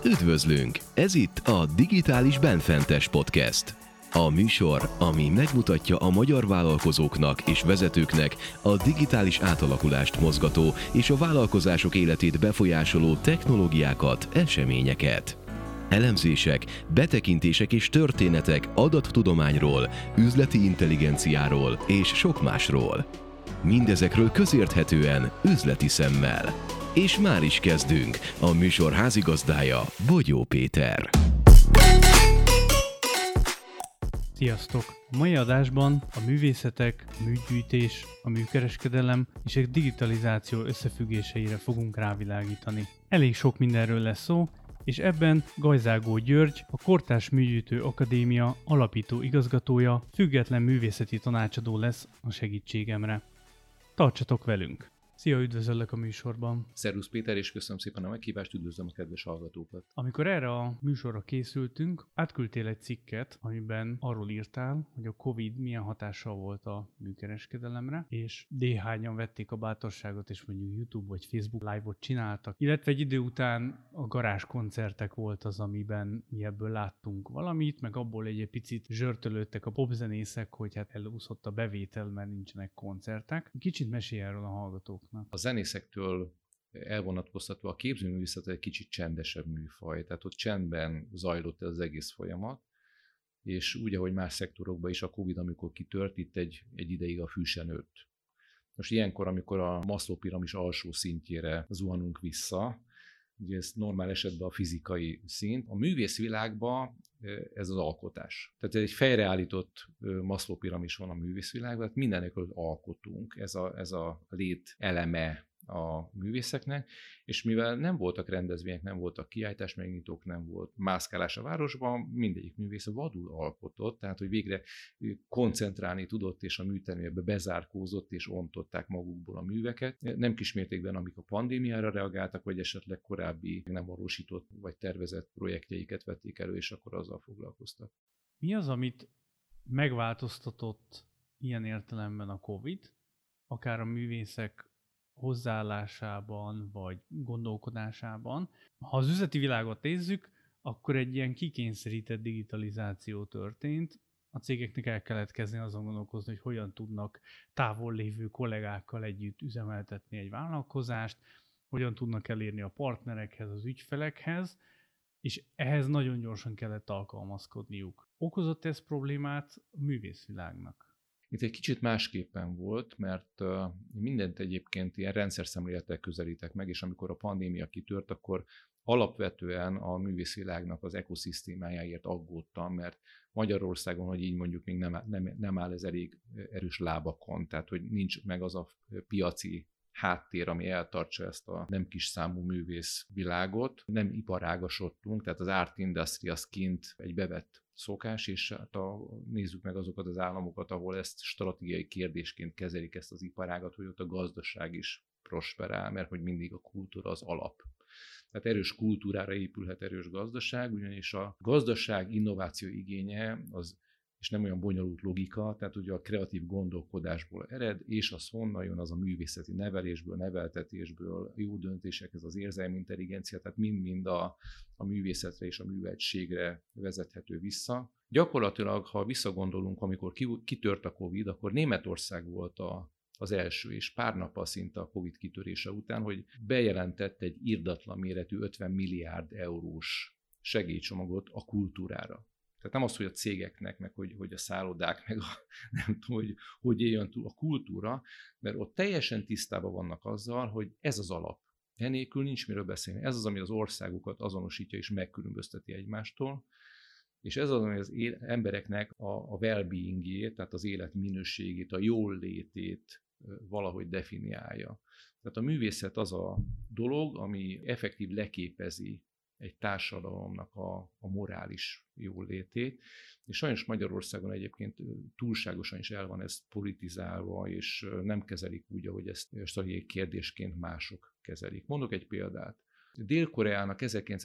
Üdvözlünk! Ez itt a Digitális Benfentes Podcast. A műsor, ami megmutatja a magyar vállalkozóknak és vezetőknek a digitális átalakulást mozgató és a vállalkozások életét befolyásoló technológiákat, eseményeket. Elemzések, betekintések és történetek adattudományról, üzleti intelligenciáról és sok másról. Mindezekről közérthetően, üzleti szemmel. És már is kezdünk. A műsor házigazdája Bogyó Péter. Sziasztok! A mai adásban a művészetek, a műgyűjtés, a műkereskedelem és a digitalizáció összefüggéseire fogunk rávilágítani. Elég sok mindenről lesz szó, és ebben Gajzágó György, a Kortárs Műgyűjtő Akadémia alapító igazgatója, független művészeti tanácsadó lesz a segítségemre. Tartsatok velünk! Szia, üdvözöllek a műsorban! Szervusz Péter, és köszönöm szépen a meghívást, üdvözlöm a kedves hallgatókat! Amikor erre a műsorra készültünk, átküldtél egy cikket, amiben arról írtál, hogy a Covid milyen hatással volt a műkereskedelemre, és néhányan vették a bátorságot, és mondjuk YouTube vagy Facebook live-ot csináltak. Illetve egy idő után a garázskoncertek volt az, amiben mi ebből láttunk valamit, meg abból egy picit zsörtölődtek a popzenészek, hogy hát elúszott a bevétel, mert nincsenek koncertek. Kicsit mesélj erről a hallgatók. A zenészektől elvonatkoztatva a képzőművészet egy kicsit csendesebb műfaj, tehát ott csendben zajlott ez az egész folyamat, és úgy, ahogy más szektorokban is a Covid, amikor kitört, itt egy ideig a fű se nőtt. Most ilyenkor, amikor a Maslow piramis alsó szintjére zuhanunk vissza, ugye ez normál esetben a fizikai szint, a művészvilágban ez az alkotás. Tehát egy fejreállított Maslow piramis van a művészvilágban, tehát mindenekről alkotunk, ez a lét eleme a művészeknek, és mivel nem voltak rendezvények, nem voltak kiállítás megnyitók, nem volt mászkálás a városban, mindegyik művész vadul alkotott, tehát hogy végre koncentrálni tudott, és a műtermébe bezárkózott, és ontották magukból a műveket. Nem kismértékben, amik a pandémiára reagáltak, vagy esetleg korábbi nem valósított, vagy tervezett projektjeiket vették elő, és akkor azzal foglalkoztak. Mi az, amit megváltoztatott ilyen értelemben a Covid, akár a művészek hozzáállásában, vagy gondolkodásában? Ha az üzleti világot nézzük, akkor egy ilyen kikényszerített digitalizáció történt. A cégeknek el kellett kezdeni azon gondolkozni, hogy hogyan tudnak távol lévő kollégákkal együtt üzemeltetni egy vállalkozást, hogyan tudnak elérni a partnerekhez, az ügyfelekhez, és ehhez nagyon gyorsan kellett alkalmazkodniuk. Okozott ez problémát a művészvilágnak? Itt egy kicsit másképpen volt, mert mindent egyébként ilyen rendszerszemlélettel közelítek meg, és amikor a pandémia kitört, akkor alapvetően a művészvilágnak az ekoszisztémájáért aggódtam, mert Magyarországon, hogy így mondjuk, még nem áll ez elég erős lábakon, tehát hogy nincs meg az a piaci háttér, ami eltartsa ezt a nem kis számú művészvilágot. Nem iparágasodtunk, tehát az art industry az kint egy bevett szokás, és hát nézzük meg azokat az államokat, ahol ezt stratégiai kérdésként kezelik ezt az iparágat, hogy ott a gazdaság is prosperál, mert hogy mindig a kultúra az alap. Tehát erős kultúrára épülhet erős gazdaság, ugyanis a gazdaság innováció igénye az és nem olyan bonyolult logika, tehát ugye a kreatív gondolkodásból ered, és az honnan jön, az a művészeti nevelésből, neveltetésből, jó döntések, ez az érzelmi intelligencia, tehát mind-mind a művészetre és a műveltségre vezethető vissza. Gyakorlatilag, ha visszagondolunk, amikor kitört a Covid, akkor Németország volt az első, és pár nappal szinte a Covid kitörése után, hogy bejelentett egy irdatlan méretű 50 milliárd eurós segélycsomagot a kultúrára. Tehát nem az, hogy a cégeknek, meg hogy a szállodák, meg nem tudom, hogy éljen túl a kultúra, mert ott teljesen tisztában vannak azzal, hogy ez az alap. Enélkül nincs miről beszélni. Ez az, ami az országukat azonosítja és megkülönbözteti egymástól, és ez az, ami az embereknek a well-beingét, tehát az életminőségét, a jól létét valahogy definiálja. Tehát a művészet az a dolog, ami effektív leképezi egy társadalomnak a morális jólétét, és sajnos Magyarországon egyébként túlságosan is el van ez politizálva, és nem kezelik úgy, ahogy ezt stratégiai kérdésként mások kezelik. Mondok egy példát. Dél-Koreának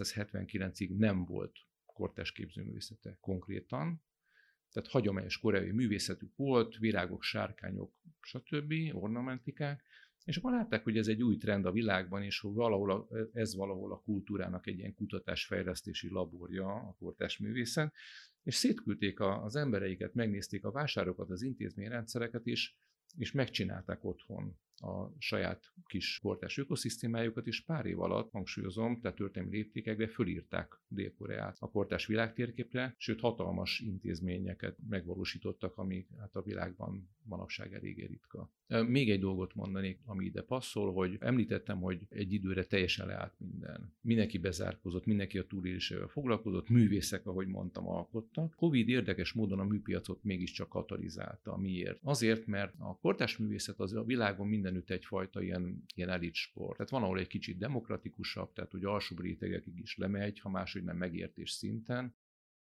1979-ig nem volt kortárs képzőművészete konkrétan, tehát hagyományos koreai művészetük volt, virágok, sárkányok, stb., ornamentikák, És akkor látták, hogy ez egy új trend a világban, és hogy ez valahol a kultúrának egy ilyen kutatásfejlesztési laborja, a kortárs művészet, és szétküldték az embereiket, megnézték a vásárokat, az intézményrendszereket, és megcsinálták otthon a saját kis kortárs ökoszisztémájukat, és pár év alatt, hangsúlyozom, tehát történelmi léptékekbe fölírták Dél-Koreát a kortárs világtérképre, sőt hatalmas intézményeket megvalósítottak, ami hát a világban manapság eléggé ritka. Még egy dolgot mondanék, ami ide passzol, hogy említettem, hogy egy időre teljesen leállt minden. Mindenki bezárkozott, mindenki a túlélésével foglalkozott, művészek, ahogy mondtam, alkottak. Covid érdekes módon a műpiacot mégiscsak katalizálta. Miért? Azért, mert a kortárs művészet az a világon mindenütt egyfajta ilyen elitsport. Tehát van, ahol egy kicsit demokratikusabb, tehát hogy alsóbb rétegekig is lemegy, ha máshogy nem megértés szinten.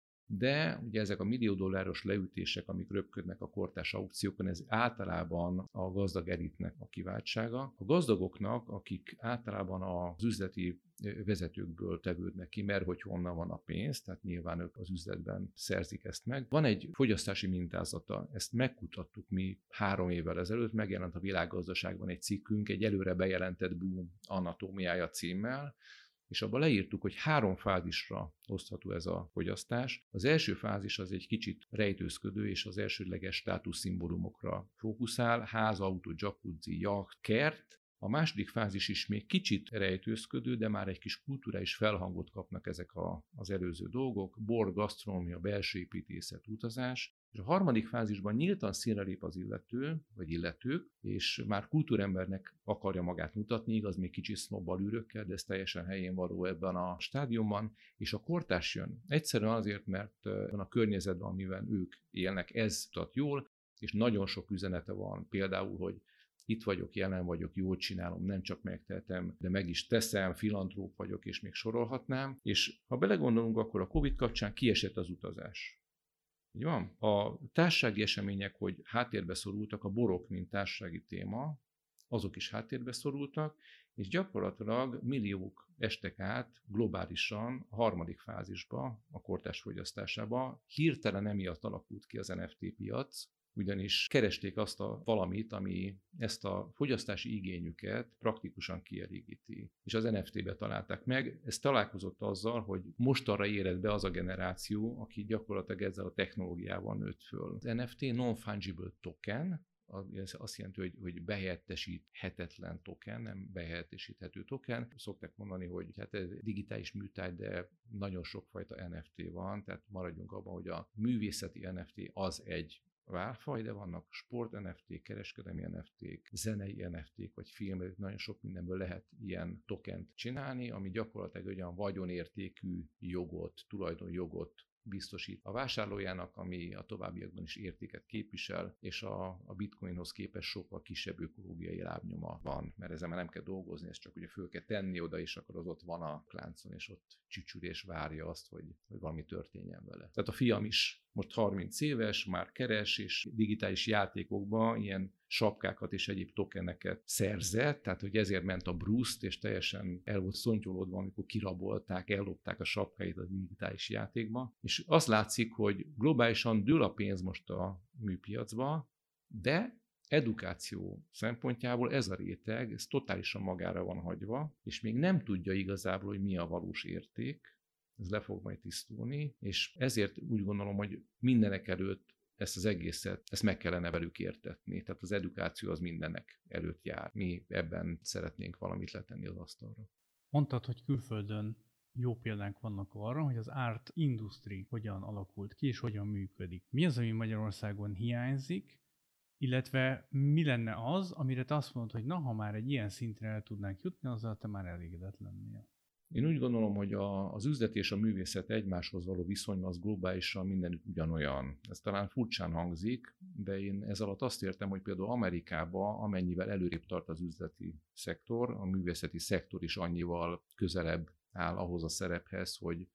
De ugye ezek a millió-dolláros leütések, amik röpködnek a kortárs aukciókon, ez általában a gazdag elitnek a kiváltsága. A gazdagoknak, akik általában az üzleti vezetőkből tevődnek ki, mert hogy honnan van a pénz, tehát nyilván ők az üzletben szerzik ezt meg. Van egy fogyasztási mintázata, ezt megkutattuk mi 3 évvel ezelőtt, megjelent a Világgazdaságban egy cikkünk, egy előre bejelentett boom anatómiája címmel, és abban leírtuk, hogy 3 fázisra osztható ez a fogyasztás. Az első fázis az egy kicsit rejtőzködő, és az elsődleges státuszszimbólumokra fókuszál, ház, autó, jacuzzi, jacht, kert. A második fázis is még kicsit rejtőzködő, de már egy kis kulturális felhangot kapnak ezek az előző dolgok, bor, gasztronómia, belső építészet, utazás. És a harmadik fázisban nyíltan színre lép az illető, vagy illetők, és már kultúrembernek akarja magát mutatni, igaz, még kicsit sznobbal ürökkel, de ez teljesen helyén való ebben a stádiumban, és a kortárs jön. Egyszerűen azért, mert a környezetben, amiben ők élnek, ez mutat jól, és nagyon sok üzenete van, például, hogy itt vagyok, jelen vagyok, jól csinálom, nem csak megtehetem, de meg is teszem, filantróp vagyok, és még sorolhatnám. És ha belegondolunk, akkor a Covid kapcsán kiesett az utazás. Így van? A társasági események, hogy háttérbe szorultak, a borok, mint társasági téma, azok is háttérbe szorultak, és gyakorlatilag milliók estek át globálisan a harmadik fázisba, a kortárs fogyasztásába. Hirtelen emiatt alakult ki az NFT piac, ugyanis keresték azt a valamit, ami ezt a fogyasztási igényüket praktikusan kielégíti. És az NFT-be találták meg. Ez találkozott azzal, hogy mostanra érett be az a generáció, aki gyakorlatilag ezzel a technológiával nőtt föl. Az NFT non-fungible token, ez azt jelenti, hogy behelyettesíthetetlen token, nem behelyettesíthető token. Szokták mondani, hogy hát ez digitális műtárgy, de nagyon sokfajta NFT van, tehát maradjunk abban, hogy a művészeti NFT az egy válfaj, de vannak sport NFT-k, kereskedelmi NFT-k, zenei NFT-k, vagy filmek, nagyon sok mindenből lehet ilyen tokent csinálni, ami gyakorlatilag olyan vagyonértékű jogot, tulajdonjogot biztosít a vásárlójának, ami a továbbiakban is értéket képvisel, és a bitcoinhoz képest sokkal kisebb ökológiai lábnyoma van, mert ezzel már nem kell dolgozni, ezt csak ugye föl kell tenni oda, és akkor az ott van a kláncon, és ott csücsül és várja azt, hogy valami történjen vele. Tehát a fiam is most 30 éves, már keres, és digitális játékokban ilyen sapkákat és egyéb tokeneket szerzett, tehát hogy ezért ment a Bruce-t, és teljesen el volt szontyolódva, amikor kirabolták, ellopták a sapkáit a digitális játékba. És azt látszik, hogy globálisan dől a pénz most a műpiacba, de edukáció szempontjából ez a réteg, ez totálisan magára van hagyva, és még nem tudja igazából, hogy mi a valós érték, ez le fog majd tisztulni, és ezért úgy gondolom, hogy mindenek előtt ezt az egészet, ezt meg kellene velük értetni. Tehát az edukáció az mindenek előtt jár. Mi ebben szeretnénk valamit letenni az asztalra. Mondtad, hogy külföldön jó példánk vannak arra, hogy az art industry hogyan alakult ki, és hogyan működik. Mi az, ami Magyarországon hiányzik, illetve mi lenne az, amire te azt mondod, hogy na, ha már egy ilyen szintre el tudnánk jutni, azzal te már elégedett lennél. Én úgy gondolom, hogy az üzlet és a művészet egymáshoz való viszonyban az globálisan mindenütt ugyanolyan. Ez talán furcsán hangzik, de én ez alatt azt értem, hogy például Amerikában amennyivel előrébb tart az üzleti szektor, a művészeti szektor is annyival közelebb áll ahhoz a szerephez,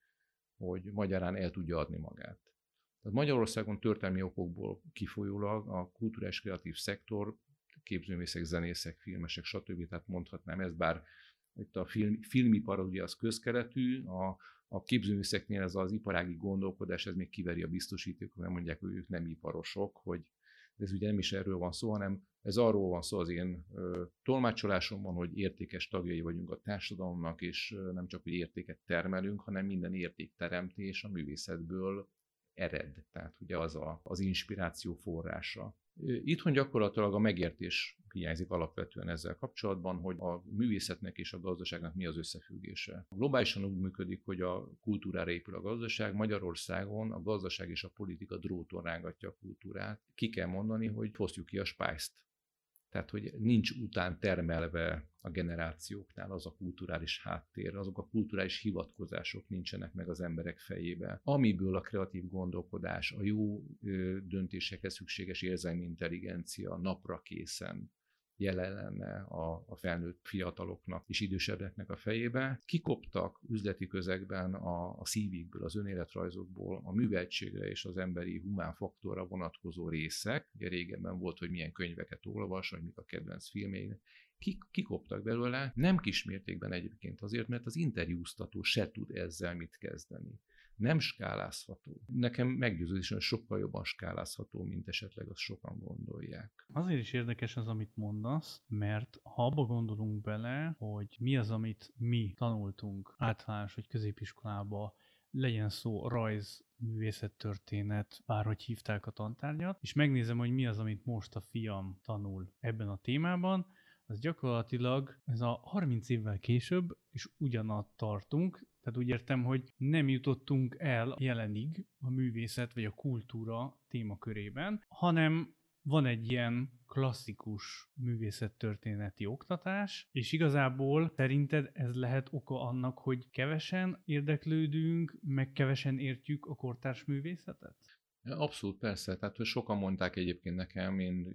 hogy magyarán el tudja adni magát. Tehát Magyarországon történelmi okokból kifolyólag a kulturális kreatív szektor, képzőművészek, zenészek, filmesek, stb. Tehát mondhatnám ezt, bár itt a filmipar ugye az közkeletű, a képzőművészeknél ez az iparági gondolkodás, ez még kiveri a biztosítékot, mert mondják, hogy ők nem iparosok, hogy ez ugye nem is erről van szó, hanem ez arról van szó az én tolmácsolásomban, hogy értékes tagjai vagyunk a társadalomnak, és nem csak, hogy értéket termelünk, hanem minden értékteremtés a művészetből ered. Tehát ugye az inspiráció forrása. Itthon gyakorlatilag a megértés hiányzik alapvetően ezzel kapcsolatban, hogy a művészetnek és a gazdaságnak mi az összefüggése. Globálisan úgy működik, hogy a kultúrára épül a gazdaság. Magyarországon a gazdaság és a politika dróton rángatja a kultúrát. Ki kell mondani, hogy fosztjuk ki a spájzt. Tehát, hogy nincs után termelve a generációknál az a kulturális háttér, azok a kulturális hivatkozások nincsenek meg az emberek fejébe, amiből a kreatív gondolkodás, a jó döntésekhez szükséges érzelmi intelligencia napra készen jelen lenne a felnőtt fiataloknak és idősebbeknek a fejébe. Kikoptak üzleti közegben a szívikből, az önéletrajzokból a műveltségre és az emberi humán faktorra vonatkozó részek. Ugye régebben volt, hogy milyen könyveket olvas, vagy mik a kedvenc filmjei. Kikoptak belőle, nem kismértékben egyébként azért, mert az interjúztató se tud ezzel mit kezdeni. Nem skálázható. Nekem meggyőződés, hogy sokkal jobban skálázható, mint esetleg azt sokan gondolják. Azért is érdekes az, amit mondasz, mert ha abba gondolunk bele, hogy mi az, amit mi tanultunk általános vagy középiskolába, legyen szó rajz, művészettörténet, bárhogy hívták a tantárgyat, és megnézem, hogy mi az, amit most a fiam tanul ebben a témában, az gyakorlatilag ez a 30 évvel később, és ugyanatt tartunk, tehát úgy értem, hogy nem jutottunk el jelenig a művészet vagy a kultúra témakörében, hanem van egy ilyen klasszikus művészettörténeti oktatás, és igazából szerinted ez lehet oka annak, hogy kevesen érdeklődünk, meg kevesen értjük a kortárs művészetet? Abszolút, persze. Tehát sokan mondták egyébként nekem, én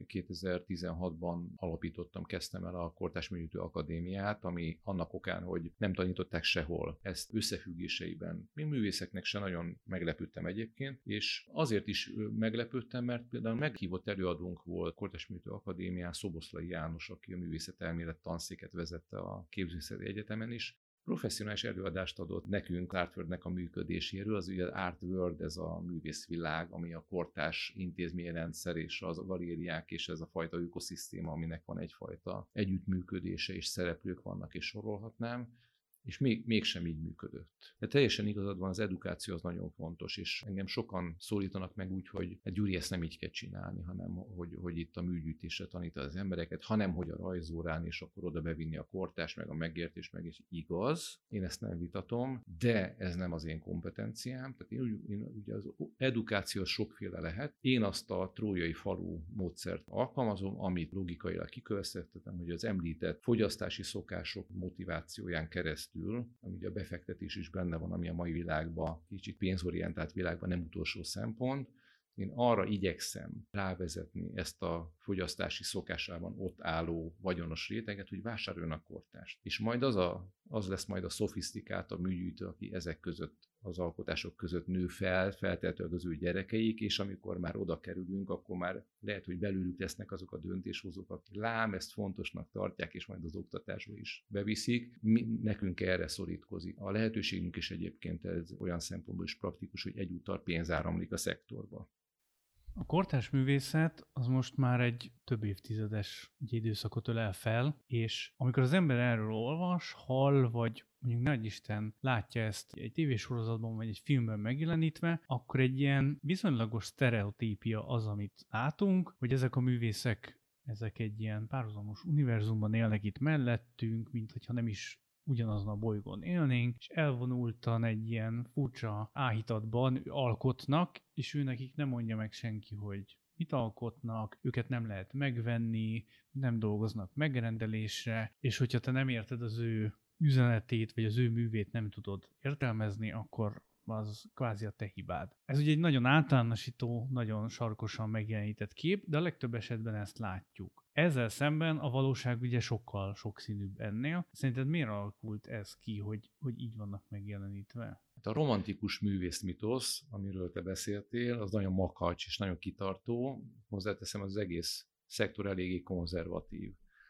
2016-ban kezdtem el a Kortárs Művészeti Akadémiát, ami annak okán, hogy nem tanították sehol ezt összefüggéseiben. Én művészeknek se nagyon meglepődtem egyébként, és azért is meglepődtem, mert például meghívott előadónk volt Kortárs Művészeti Akadémián Szoboszlai János, aki a művészetelmélet tanszéket vezette a Képzőművészeti Egyetemen is. Professzionális előadást adott nekünk Artworldnek a működéséről, az ugye az Artworld, ez a művészvilág, ami a kortárs intézményrendszer és az galériák és ez a fajta ökoszisztéma, aminek van egyfajta együttműködése és szereplők vannak, és sorolhatnám, és mégsem így működött. De teljesen igazad van, az edukáció az nagyon fontos, és engem sokan szólítanak meg úgy, hogy Gyuri, ezt nem így kell csinálni, hanem hogy itt a műgyűjtésre tanítani az embereket, hanem hogy a rajzórán, és akkor oda bevinni a kortárs, meg a megértés, meg is igaz. Én ezt nem vitatom, de ez nem az én kompetenciám. Tehát én ugye az edukáció sokféle lehet. Én azt a trójai falu módszert alkalmazom, amit logikailag kikövetkeztetem, hogy az említett fogyasztási szokások motivációján keresztül, ami ugye a befektetés is benne van, ami a mai világban, kicsit pénzorientált világban nem utolsó szempont. Én arra igyekszem rávezetni ezt a fogyasztási szokásában ott álló vagyonos réteget, hogy vásároljanak kortást. És majd az lesz majd a szofisztikált, a műgyűjtő, aki ezek között, az alkotások között nő fel, feltétlenül az ő gyerekeik, és amikor már oda kerülünk, akkor már lehet, hogy belőlük lesznek azok a döntéshozók, akik ezt fontosnak tartják, és majd az oktatásba is beviszik. Nekünk erre szorítkozik. A lehetőségünk is egyébként ez olyan szempontból is praktikus, hogy egyúttal pénz áramlik a szektorba. A kortárs művészet az most már egy több évtizedes időszakot ölel fel, és amikor az ember erről olvas, hall, vagy mondjuk nagyisten látja ezt egy tévésorozatban, vagy egy filmben megjelenítve, akkor egy ilyen viszonylagos sztereotípia az, amit látunk, hogy ezek a művészek, ezek egy ilyen párhuzamos univerzumban élnek itt mellettünk, mint hogyha nem is ugyanazon a bolygón élnénk, és elvonultan egy ilyen furcsa áhítatban alkotnak, és ő nekik nem mondja meg senki, hogy mit alkotnak, őket nem lehet megvenni, nem dolgoznak megrendelésre, és hogyha te nem érted az ő üzenetét, vagy az ő művét nem tudod értelmezni, akkor az kvázi a te hibád. Ez ugye egy nagyon általánosító, nagyon sarkosan megjelenített kép, de a legtöbb esetben ezt látjuk. Ezzel szemben a valóság ugye sokkal sokszínűbb ennél. Szerinted miért alakult ez ki, hogy így vannak megjelenítve? A romantikus művészmitosz, amiről te beszéltél, az nagyon makacs és nagyon kitartó. Hozzáteszem, az egész szektor eléggé konzervatív.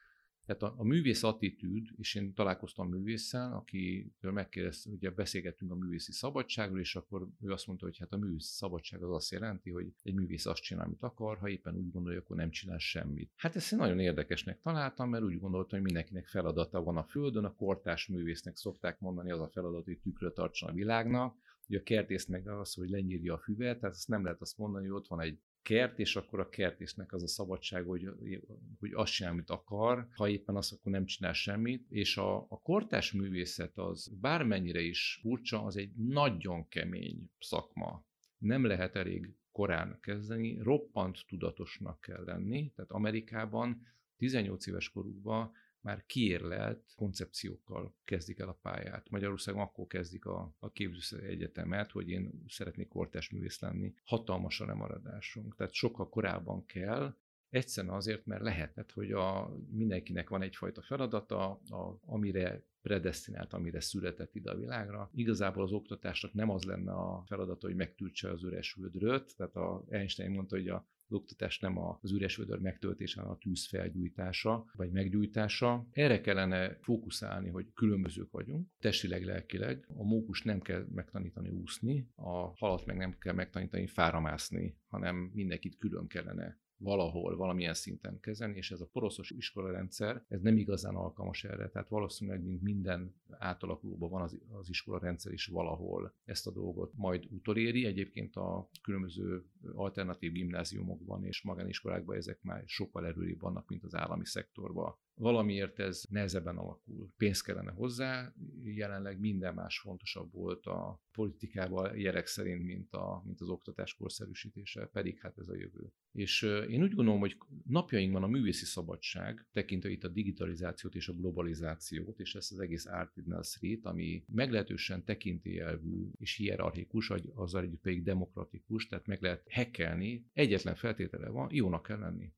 Tehát a művész attitűd, és én találkoztam művésszel, akitől megkérdeztem, ugye beszélgettünk a művészi szabadságról, és akkor ő azt mondta, hogy hát a művészi szabadság az azt jelenti, hogy egy művész azt csinál, amit akar, ha éppen úgy gondolja, akkor nem csinál semmit. Hát ezt én nagyon érdekesnek találtam, mert úgy gondoltam, hogy mindenkinek feladata van a földön, a kortárs művésznek szokták mondani, az a feladat, hogy tükröt tartson a világnak, hogy a kertész meg az, hogy lenyírja a füvet, tehát azt nem lehet azt mondani, hogy ott van egy kert, és akkor a kertésznek az a szabadság, hogy azt csinál, amit akar, ha éppen azt, akkor nem csinál semmit, és a kortárs művészet az bármennyire is furcsa, az egy nagyon kemény szakma. Nem lehet elég korán kezdeni, roppant tudatosnak kell lenni, tehát Amerikában 18 éves korukban már kiérlelt koncepciókkal kezdik el a pályát. Magyarországon akkor kezdik a képzőszeri egyetemet, hogy én szeretnék kortárs művész lenni. Hatalmas a lemaradásunk. Tehát sokkal korábban kell, egyszerűen azért, mert lehet, hogy mindenkinek van egyfajta feladata, amire predesztinált, amire született ide a világra. Igazából az oktatásnak nem az lenne a feladata, hogy megtöltse az üres vödröt, tehát Einstein mondta, hogy az oktatás nem az üres vödör megtöltése, hanem a tűz felgyújtása, vagy meggyújtása. Erre kellene fókuszálni, hogy különbözők vagyunk, testileg, lelkileg. A mókus nem kell megtanítani úszni, a halat meg nem kell megtanítani fáramászni, hanem mindenkit külön kellene valahol, valamilyen szinten kezelni, és ez a poroszos iskolarendszer, ez nem igazán alkalmas erre, tehát valószínűleg, mint minden átalakulóban van az iskolarendszer is valahol ezt a dolgot majd utoléri. Egyébként a különböző alternatív gimnáziumokban és magániskolákban ezek már sokkal erőrébb vannak, mint az állami szektorban. Valamiért ez nehezebben alakul. Pénz kellene hozzá, jelenleg minden más fontosabb volt a politikával jelek szerint, mint az oktatás korszerűsítése, pedig hát ez a jövő. És én úgy gondolom, hogy napjainkban a művészi szabadság, tekintve itt a digitalizációt és a globalizációt, és ezt az egész Artisanal Street, ami meglehetősen tekintélyelvű és hierarchikus, azzal együtt pedig demokratikus, tehát meg lehet hackelni, egyetlen feltétele van, jónak kell lenni.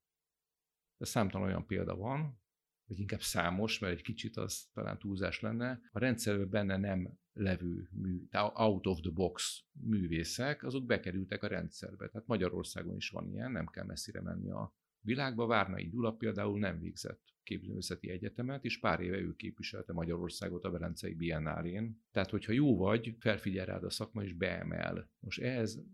De számtalan olyan példa van, vagy inkább számos, mert egy kicsit az talán túlzás lenne, a rendszerben benne nem levő out of the box művészek, azok bekerültek a rendszerbe. Tehát Magyarországon is van ilyen, nem kell messzire menni a világba. Várnai Gyula például nem végzett képzőművészeti egyetemet, és pár éve ő képviselte Magyarországot a Velencei Biennálén. Tehát, hogyha jó vagy, felfigyel rád a szakma, és beemel. Most ehhez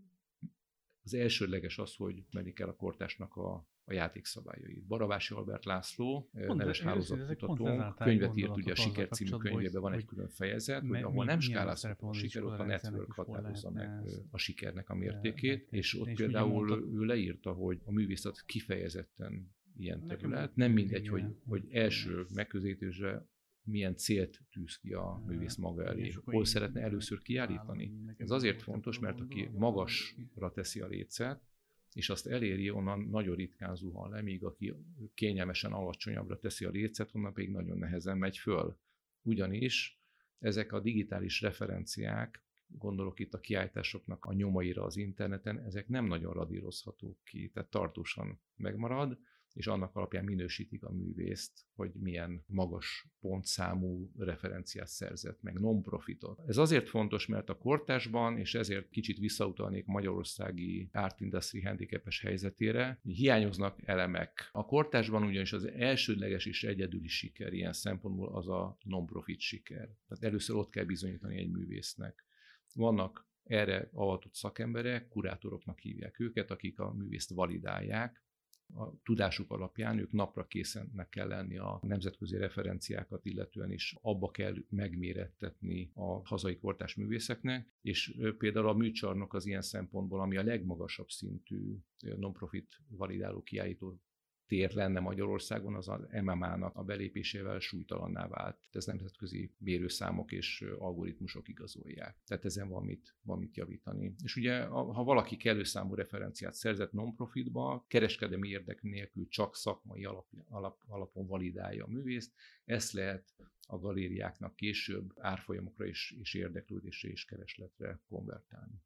az elsődleges az, hogy menni kell a kortársnak a játékszabályait. Barabási Albert László, neves hálózatkutató, könyvet írt, ugye a Siker című könyvében van egy külön fejezet, hogy ahol nem skálázható a siker, ott a network határozza meg a sikernek a mértékét, és ott például ő leírta, hogy a művészet kifejezetten ilyen terület. Nem mindegy, hogy első megközelítésre milyen célt tűz ki a művész maga elé, hol szeretne először kiállítani. Ez azért fontos, mert aki magasra teszi a lécet, és azt eléri, onnan nagyon ritkán zuhan le, míg aki kényelmesen alacsonyabbra teszi a lécet, onnan pedig nagyon nehezen megy föl. Ugyanis ezek a digitális referenciák, gondolok itt a kiállításoknak a nyomaira az interneten, ezek nem nagyon radírozhatók ki, tehát tartósan megmarad, és annak alapján minősítik a művészt, hogy milyen magas pontszámú referenciát szerzett, meg non-profitot. Ez azért fontos, mert a kortársban, és ezért kicsit visszautalnék magyarországi art industry handicapes helyzetére, hiányoznak elemek. A kortársban ugyanis az elsődleges és egyedüli siker ilyen szempontból az a non-profit siker. Tehát először ott kell bizonyítani egy művésznek. Vannak erre avatott szakemberek, kurátoroknak hívják őket, akik a művészt validálják. A tudásuk alapján ők napra készennek kell lenni a nemzetközi referenciákat, illetően is abba kell megmérettetni a hazai kortárs művészeknek, és például a műcsarnok az ilyen szempontból, ami a legmagasabb szintű non-profit validáló kiállító tér lenne Magyarországon, az MMA-nak a belépésével súlytalanná vált. Ez nemzetközi mérőszámok és algoritmusok igazolják. Tehát ezen van mit javítani. És ugye, ha valaki kellő számú referenciát szerzett non-profitba, kereskedelmi érdek nélkül csak szakmai alapon validálja a művészt, ezt lehet a galériáknak később árfolyamokra és érdeklődésre és keresletre konvertálni.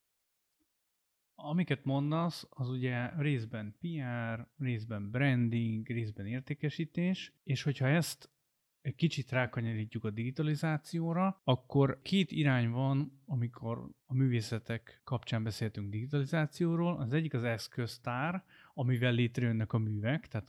Amiket mondasz, az ugye részben PR, részben branding, részben értékesítés, és hogyha ezt egy kicsit rákanyarítjuk a digitalizációra, akkor két irány van, amikor a művészetek kapcsán beszéltünk digitalizációról. Az egyik az eszköztár, amivel létrejönnek a művek, tehát a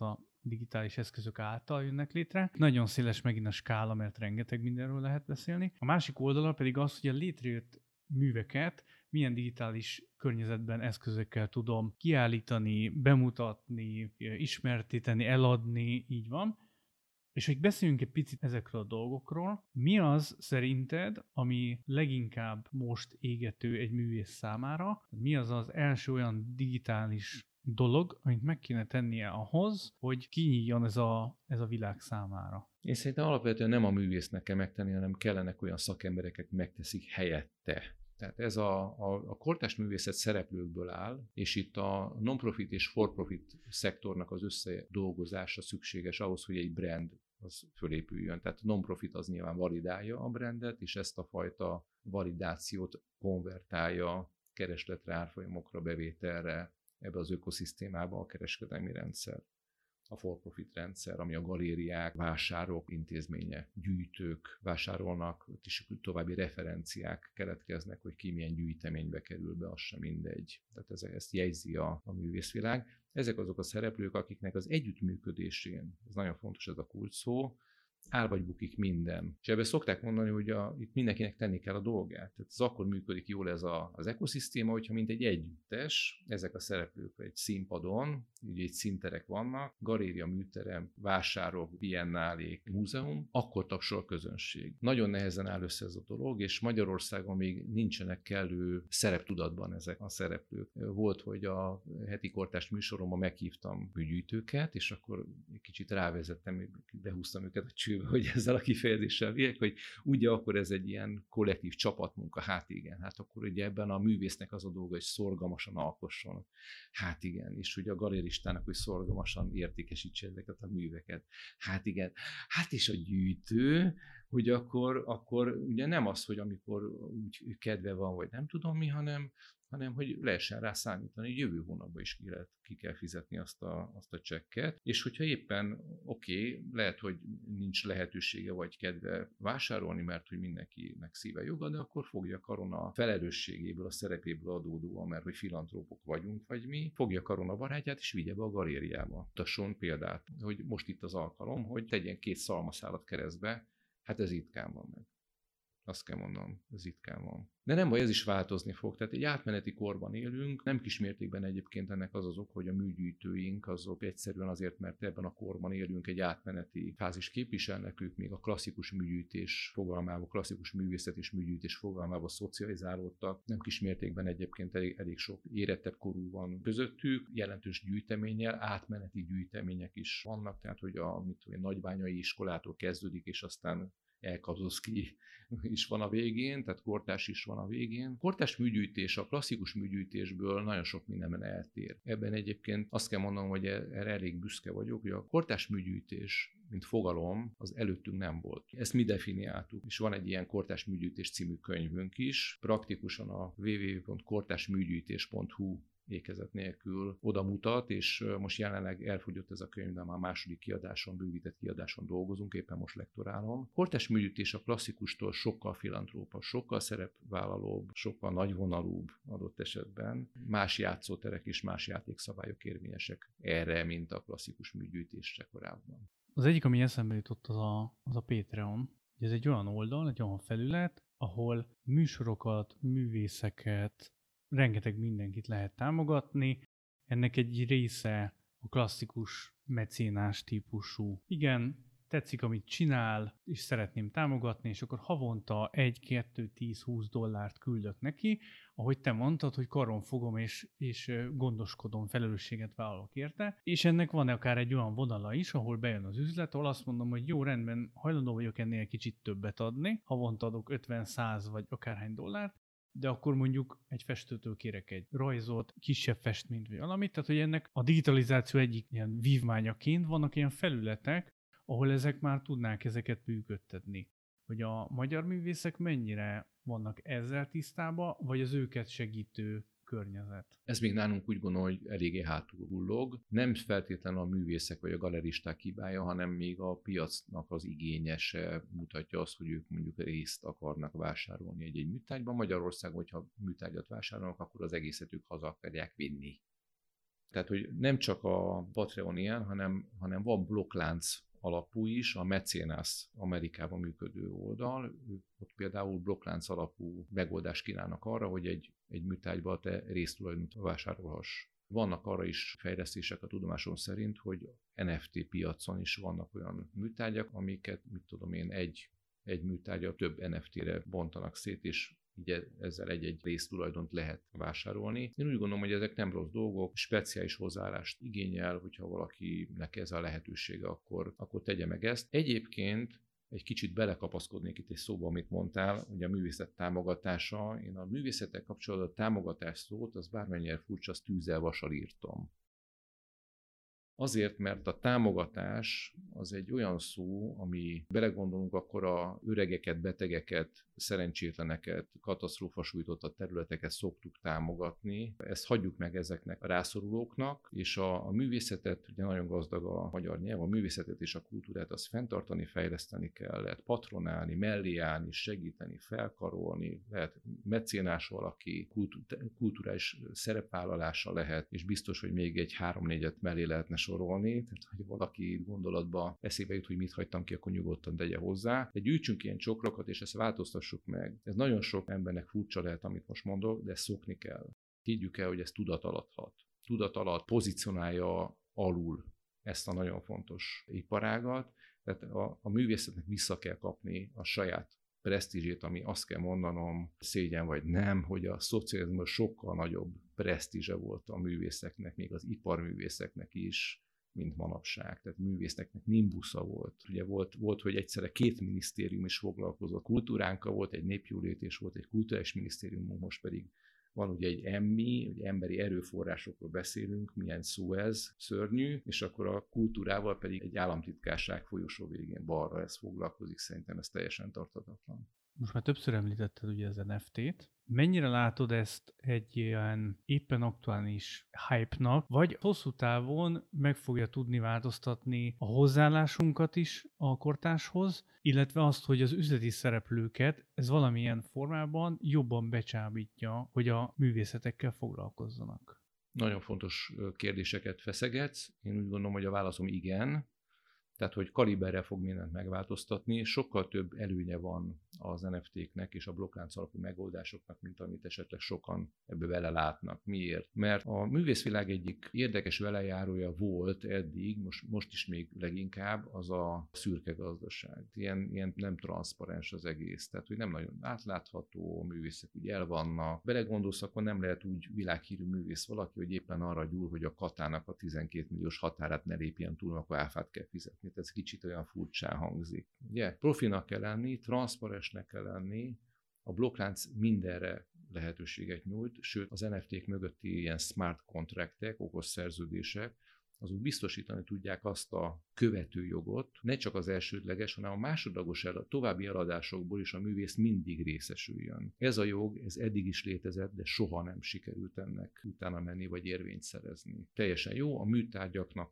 digitális eszközök által jönnek létre. Nagyon széles megint a skála, mert rengeteg mindenről lehet beszélni. A másik oldala pedig az, hogy a létrejött műveket milyen digitális környezetben, eszközökkel tudom kiállítani, bemutatni, ismertetni, eladni, így van. És hogy beszéljünk egy picit ezekről a dolgokról, mi az szerinted, ami leginkább most égető egy művész számára? Mi az az első olyan digitális dolog, amit meg kéne tennie ahhoz, hogy kinyíljon ez a világ számára? Én szerintem alapvetően nem a művésznek kell megtenni, hanem kellenek olyan szakemberek, akik megteszik helyette. Tehát ez a kortárs művészet szereplőkből áll, és itt a non-profit és for-profit szektornak az összedolgozása szükséges ahhoz, hogy egy brand az fölépüljön. Tehát a non-profit az nyilván validálja a brandet, és ezt a fajta validációt konvertálja keresletre, árfolyamokra, bevételre ebbe az ökoszisztémába a kereskedelmi rendszer. A for-profit rendszer, ami a galériák, vásárok intézménye, gyűjtők vásárolnak, és további referenciák keletkeznek, hogy ki milyen gyűjteménybe kerül be, az sem mindegy. Tehát ezt jegyzi a művészvilág. Ezek azok a szereplők, akiknek az együttműködésén, ez nagyon fontos ez a kulcsszó, áll vagy bukik minden. És ebben szokták mondani, hogy itt mindenkinek tenni kell a dolgát. Tehát ez akkor működik jól ez az ökoszisztéma, hogyha mint egy együttes, ezek a szereplők egy színpadon, ugye itt színterek vannak, galéria, műterem, vásárok, biennálék, múzeum, akkor tapsol a közönség. Nagyon nehezen áll össze ez a dolog, és Magyarországon még nincsenek kellő szereptudatban ezek a szereplők. Volt, hogy a heti kortárs műsoromban meghívtam műgyűjtőket, és akkor egy kicsit rávezettem, behúztam őket a csőbe, hogy ezzel a kifejezéssel vigyek, hogy ugye akkor ez egy ilyen kollektív csapatmunka, hát igen, hát akkor ugye ebben a művésznek az a dolga, hogy szorgalmasan alkosson, hát igen, és ugye a galéristának, hogy szorgalmasan értékesítse ezeket a műveket, hát igen, hát és a gyűjtő, hogy akkor ugye nem az, hogy amikor úgy kedve van, vagy nem tudom mi, hanem hogy lehessen rá számítani, hogy jövő hónapban is ki kell fizetni azt a csekket, és hogyha éppen lehet, hogy nincs lehetősége vagy kedve vásárolni, mert hogy mindenkinek szíve joga, de akkor fogja karon a felelősségéből, a szerepéből adódóan, mert hogy filantrópok vagyunk, vagy mi, fogja karon a barátját, és vigye be a galériába. Tasson példát, hogy most itt az alkalom, hogy tegyen 2 szalmaszálat keresztbe, hát ez ritkán van meg. Azt kell mondanom, ez ritkán van. De nem baj, ez is változni fog. Tehát egy átmeneti korban élünk, nem kismértékben egyébként ennek az ok, hogy a műgyűjtőink azok egyszerűen azért, mert ebben a korban élünk, egy átmeneti fázis képviselnek, ők még a klasszikus műgyűjtés fogalmába, klasszikus művészet és műgyűjtés fogalmába szocializálódtak. Nem kismértékben egyébként elég sok érettebb korú van közöttük, jelentős gyűjteménnyel, átmeneti gyűjtemények is vannak, tehát hogy a nagybányai iskolától kezdődik, és aztán Elkapszowski is van a végén, tehát kortárs is van a végén. Kortárs műgyűjtés a klasszikus műgyűjtésből nagyon sok mindenben eltér. Ebben egyébként azt kell mondanom, hogy erre elég büszke vagyok, hogy a kortárs műgyűjtés, mint fogalom, az előttünk nem volt. Ezt mi definiáltuk, és van egy ilyen kortárs műgyűjtés című könyvünk is. Praktikusan a www.kortársműgyűjtés.hu ékezet nélkül oda mutat, és most jelenleg elfogyott ez a könyv, de már második kiadáson, bővített kiadáson dolgozunk, éppen most lektorálom. Kortárs műgyűjtés a klasszikustól sokkal filantrópabb, sokkal szerepvállalóbb, sokkal nagyvonalúbb adott esetben. Más játszóterek és más játékszabályok érvényesek erre, mint a klasszikus műgyűjtésre korábban. Az egyik, ami eszembe jutott, az a Patreon. Ez egy olyan oldal, egy olyan felület, ahol műsorokat, művészeket, rengeteg mindenkit lehet támogatni. Ennek egy része a klasszikus mecénás típusú. Igen, tetszik, amit csinál, és szeretném támogatni, és akkor havonta 1, 2, 10, 20 dollárt küldök neki, ahogy te mondtad, hogy karon fogom, és gondoskodom, felelősséget vállalok érte. És ennek van akár egy olyan vonala is, ahol bejön az üzlet, ahol azt mondom, hogy jó, rendben, hajlandó vagyok ennél kicsit többet adni, havonta adok 50, 100 vagy akárhány dollárt, de akkor mondjuk egy festőtől kérek egy rajzot, kisebb festményt vagy valamit, tehát hogy ennek a digitalizáció egyik ilyen vívmányaként vannak ilyen felületek, ahol ezek már tudnák ezeket működtetni. Hogy a magyar művészek mennyire vannak ezzel tisztában, vagy az őket segítő környezet? Ez még nálunk úgy gondolom, hogy eléggé hátul hullog. Nem feltétlenül a művészek vagy a galeristák hibája, hanem még a piacnak az igényese mutatja azt, hogy ők mondjuk részt akarnak vásárolni egy műtárgyban. Magyarországon, hogyha műtárgyat vásárolnak, akkor az egészet ők haza akarják vinni. Tehát, hogy nem csak a Patreon ilyen, hanem van blokklánc alapú is, a Mecénász Amerikában működő oldal. Ott például blokklánc alapú megoldást kínálnak arra, hogy egy műtárgyba te résztulajdont vásárolhass. Vannak arra is fejlesztések a tudomásom szerint, hogy NFT piacon is vannak olyan műtárgyak, amiket, egy műtárgya több NFT-re bontanak szét, és így ezzel egy résztulajdont lehet vásárolni. Én úgy gondolom, hogy ezek nem rossz dolgok, speciális hozzáállást igényel, hogyha valakinek ez a lehetősége, akkor tegye meg ezt. Egyébként egy kicsit belekapaszkodnék itt egy szóba, amit mondtál, ugye a művészet támogatása. Én a művészettel kapcsolatban a támogatás szót, az bármennyire furcsa, azt tűzzel vassal írtam. Azért, mert a támogatás az egy olyan szó, ami belegondolunk, akkor a öregeket, betegeket, szerencsétleneket, katasztrófa sújtotta területeket szoktuk támogatni. Ezt hagyjuk meg ezeknek a rászorulóknak, és a művészetet, ugye nagyon gazdag a magyar nyelv, a művészetet és a kultúrát azt fenntartani, fejleszteni kell, lehet patronálni, mellé állni, segíteni, felkarolni, lehet mecénás valaki, kulturális szerepvállalása lehet, és biztos, hogy még egy 3-4-et mellé lehetne sorolni, tehát hogy valaki gondolatba eszébe jut, hogy mit hagytam ki, akkor nyugodtan tegye hozzá. De gyűjtsünk ilyen csokrokat, és ezt változtassuk meg. Ez nagyon sok embernek furcsa lehet, amit most mondok, de ezt szokni kell. Higgyük el, hogy ez tudat alatt hat. Tudat alatt pozícionálja alul ezt a nagyon fontos iparágat, tehát a művészetnek vissza kell kapni a saját presztízsét, ami azt kell mondanom, szégyen vagy nem, hogy a szocializmusban sokkal nagyobb presztízse volt a művészeknek, még az iparművészeknek is, mint manapság. Tehát művészeknek nimbusza volt. Ugye volt, hogy egyszerre 2 minisztérium is foglalkozott. Kultúránkkal volt, egy népjólét és volt egy kulturális minisztérium, most pedig van ugye egy EMMI, hogy emberi erőforrásokról beszélünk, milyen szó ez, szörnyű, és akkor a kultúrával pedig egy államtitkárság folyosó végén balra ez foglalkozik, szerintem ez teljesen tarthatatlan. Most már többször említetted ugye az NFT-t. Mennyire látod ezt egy ilyen éppen aktuális hype-nak, vagy hosszú távon meg fogja tudni változtatni a hozzáállásunkat is a kortárshoz, illetve azt, hogy az üzleti szereplőket ez valamilyen formában jobban becsábítja, hogy a művészetekkel foglalkozzanak? Nagyon fontos kérdéseket feszegetsz. Én úgy gondolom, hogy a válaszom igen. Tehát, hogy kaliberre fog mindent megváltoztatni, sokkal több előnye van az NFT-knek és a blokklánc alapú megoldásoknak, mint amit esetleg sokan ebbe belelátnak. Miért? Mert a művészvilág egyik érdekes velejárója volt eddig, most is még leginkább, az a szürke gazdaság. Ilyen nem transzparens az egész, tehát hogy nem nagyon átlátható, a művészek úgy el vannak. Belegondolsz, akkor nem lehet úgy világhírű művész valaki, hogy éppen arra gyúl, hogy a katának a 12 milliós határát ne lépjen túl, akkor áfát kell fizetni. Ez kicsit olyan furcsán hangzik. Ugye? Profinak kell lenni, transzparensnek kell lenni, a blokklánc mindenre lehetőséget nyújt, sőt az NFT-k mögötti ilyen smart contractek, okos szerződések, azok biztosítani tudják azt a követőjogot, ne csak az elsődleges, hanem a másodlagos további eladásokból is a művész mindig részesüljön. Ez a jog, ez eddig is létezett, de soha nem sikerült ennek utána menni, vagy érvényt szerezni. Teljesen jó, a műtárgyaknak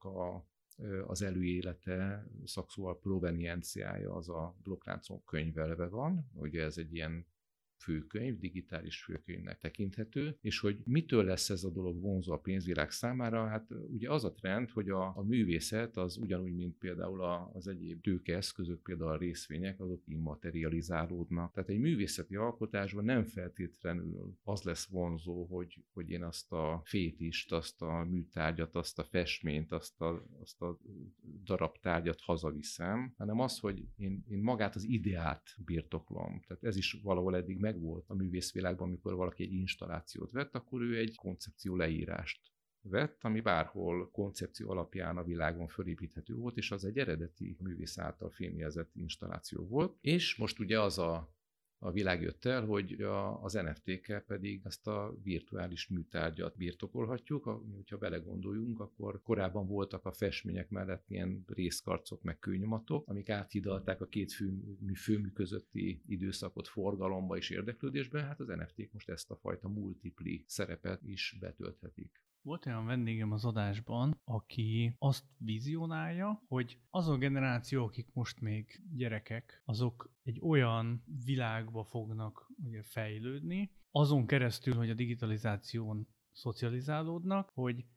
az előélete, szakszóval provenienciája az a blokkláncon könyvelve van, ugye ez egy ilyen főkönyv, digitális főkönyvnek tekinthető, és hogy mitől lesz ez a dolog vonzó a pénzvilág számára, hát ugye az a trend, hogy a művészet az ugyanúgy, mint például az egyéb tőkeeszközök, például a részvények, azok immaterializálódnak. Tehát egy művészeti alkotásban nem feltétlenül az lesz vonzó, hogy én azt a fétist, azt a műtárgyat, azt a festményt, azt a darabtárgyat hazaviszem, hanem az, hogy én magát az ideát birtoklom. Tehát ez is valahol eddig megvolt a művészvilágban, amikor valaki egy installációt vett, akkor ő egy koncepció leírást vett, ami bárhol koncepció alapján a világon fölépíthető volt, és az egy eredeti művész által fémjelzett installáció volt. És most ugye az a világ jött el, hogy az NFT-kkel pedig ezt a virtuális műtárgyat birtokolhatjuk. Hogyha belegondoljunk, akkor korábban voltak a festmények mellett ilyen részkarcok, meg kőnyomatok, amik áthidalták a két főmű közötti időszakot forgalomba és érdeklődésben. Hát az NFT-k most ezt a fajta multipli szerepet is betölthetik. Volt olyan vendégem az adásban, aki azt vizionálja, hogy az a generáció, akik most még gyerekek, azok egy olyan világba fognak ugye fejlődni, azon keresztül, hogy a digitalizáción szocializálódnak, hogy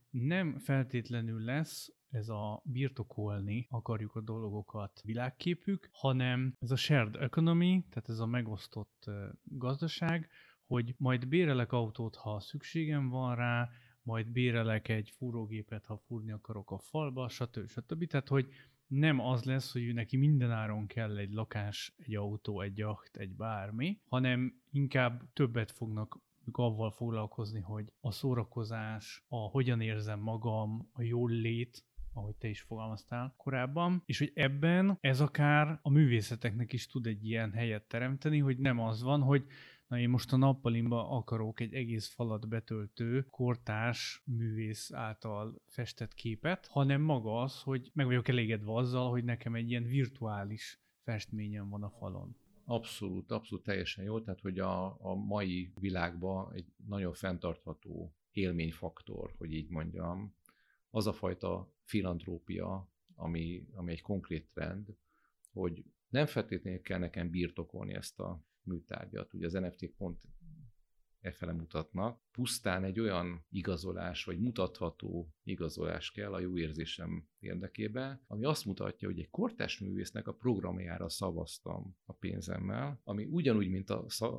nem feltétlenül lesz ez a birtokolni akarjuk a dolgokat világképük, hanem ez a shared economy, tehát ez a megosztott gazdaság, hogy majd bérelek autót, ha szükségem van rá, majd bérelek egy fúrógépet, ha fúrni akarok a falba, stb. Tehát, hogy nem az lesz, hogy neki mindenáron kell egy lakás, egy autó, egy jacht, egy bármi, hanem inkább többet fognak avval foglalkozni, hogy a szórakozás, a hogyan érzem magam, a jól lét, ahogy te is fogalmaztál korábban, és hogy ebben ez akár a művészeteknek is tud egy ilyen helyet teremteni, hogy nem az van, hogy na én most a nappalimba akarok egy egész falat betöltő kortárs művész által festett képet, hanem maga az, hogy meg vagyok elégedve azzal, hogy nekem egy ilyen virtuális festményem van a falon. Abszolút teljesen jó, tehát hogy a mai világban egy nagyon fenntartható élményfaktor, hogy így mondjam, az a fajta filantrópia, ami egy konkrét trend, hogy nem feltétlenül kell nekem birtokolni ezt a műtárgyat. Ugye az NFT-k pont effele mutatnak. Pusztán egy olyan igazolás, vagy mutatható igazolás kell a jó érzésem érdekében, ami azt mutatja, hogy egy kortárs művésznek a programjára szavaztam a pénzemmel, ami ugyanúgy, mint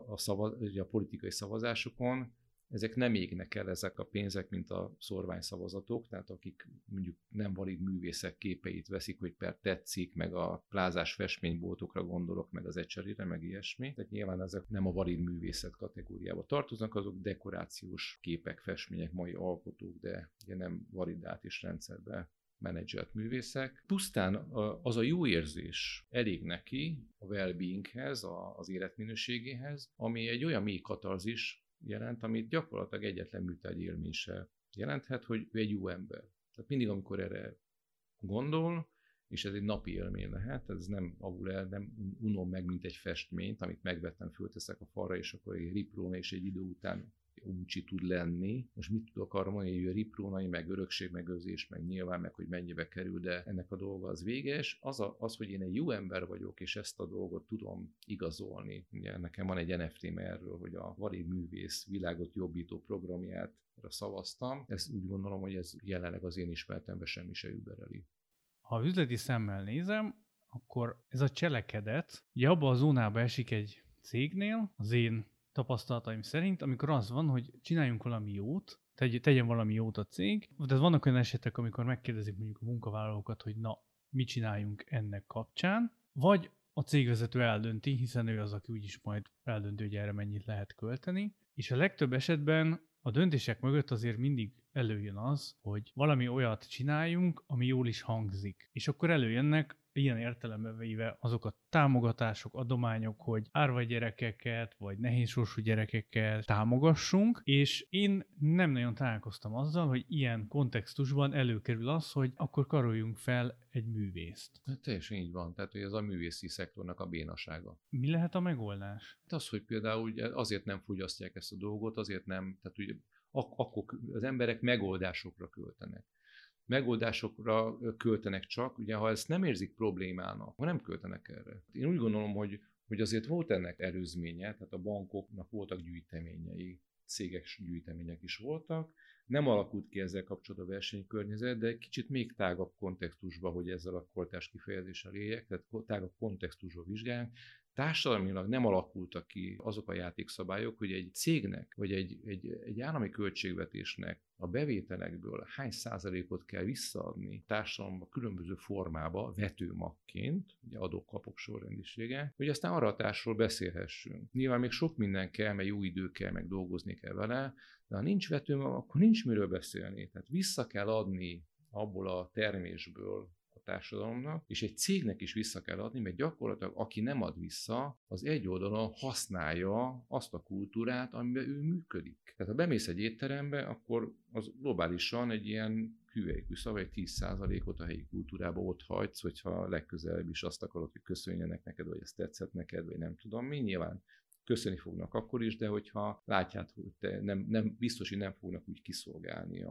a politikai szavazásokon, ezek nem égnek el ezek a pénzek, mint a szorványszavazatok, tehát akik mondjuk nem valid művészek képeit veszik, hogy tetszik, meg a plázás festményboltokra gondolok, meg az ecserére, meg ilyesmi. Tehát nyilván ezek nem a valid művészet kategóriába tartoznak, azok dekorációs képek, festmények, mai alkotók, de ugye nem validált és rendszerbe menedzselt művészek. Pusztán az a jó érzés elég neki a well-beinghez, az életminőségéhez, ami egy olyan mély katarzis jelent, amit gyakorlatilag egyetlen műtárgy élmény se jelenthet, hogy ő egy jó ember. Tehát mindig, amikor erre gondol, és ez egy napi élmény lehet, ez nem avul el, nem unom meg, mint egy festményt, amit megvettem, fölteszek a falra, és akkor egy ripróna, és egy idő után uncsi tud lenni. Most mit tudok arra mondani, hogy a riprónai, meg örökségmegőrzés, meg nyilván, meg hogy mennyibe kerül, de ennek a dolga az véges. Az, hogy én egy jó ember vagyok, és ezt a dolgot tudom igazolni. Ugye nekem van egy NFT-m erről, hogy a valid művész világot jobbító programját szavaztam. Ezt úgy gondolom, hogy ez jelenleg az én ismertemben semmi se übereli. Ha üzleti szemmel nézem, akkor ez a cselekedet ugye abba a zónába esik egy cégnél, az én tapasztalataim szerint, amikor az van, hogy csináljunk valami jót, tegyen valami jót a cég, de vannak olyan esetek, amikor megkérdezik mondjuk a munkavállalókat, hogy na, mit csináljunk ennek kapcsán, vagy a cégvezető eldönti, hiszen ő az, aki úgyis majd eldönti, hogy erre mennyit lehet költeni, és a legtöbb esetben a döntések mögött azért mindig előjön az, hogy valami olyat csináljunk, ami jól is hangzik. És akkor előjönnek ilyen értelembe véve azok a támogatások, adományok, hogy árva gyerekeket, vagy nehézsorsú gyerekekkel támogassunk, és én nem nagyon találkoztam azzal, hogy ilyen kontextusban előkerül az, hogy akkor karoljunk fel egy művészt. Teljesen így van, tehát hogy ez a művészi szektornak a bénasága. Mi lehet a megoldás? Az, hogy például azért nem fogyasztják ezt a dolgot, azért nem, tehát ugye akkor az emberek megoldásokra költenek. Megoldásokra költenek csak, ugye ha ezt nem érzik problémának, akkor nem költenek erre. Én úgy gondolom, hogy azért volt ennek előzménye, tehát a bankoknak voltak gyűjteményei, cégek gyűjtemények is voltak, nem alakult ki ezzel kapcsolatban a versenykörnyezet, de egy kicsit még tágabb kontextusban, hogy ezzel a kortárs kifejezéssel éljek, tehát tágabb kontextusban vizsgáljunk. Társadalmilag nem alakultak ki azok a játékszabályok, hogy egy cégnek, vagy egy állami költségvetésnek a bevételekből hány százalékot kell visszaadni társadalomba különböző formába, vetőmagként, ugye adók-kapok sorrendisége, hogy aztán aratásról beszélhessünk. Nyilván még sok minden kell, mert jó idő kell, meg dolgozni kell vele, de ha nincs vetőmag, akkor nincs miről beszélni. Tehát vissza kell adni abból a termésből a társadalomnak, és egy cégnek is vissza kell adni, mert gyakorlatilag aki nem ad vissza, az egy oldalon használja azt a kultúrát, amiben ő működik. Tehát ha bemész egy étterembe, akkor az globálisan egy ilyen hüvelyküszöb, vagy 10%-ot a helyi kultúrába ott hagysz, hogyha legközelebb is azt akarod, hogy köszönjenek neked, vagy ez tetszett neked, vagy nem tudom mi. Nyilván köszönni fognak akkor is, de hogyha látják, hogy te nem biztos, hogy nem fognak úgy kiszolgálni,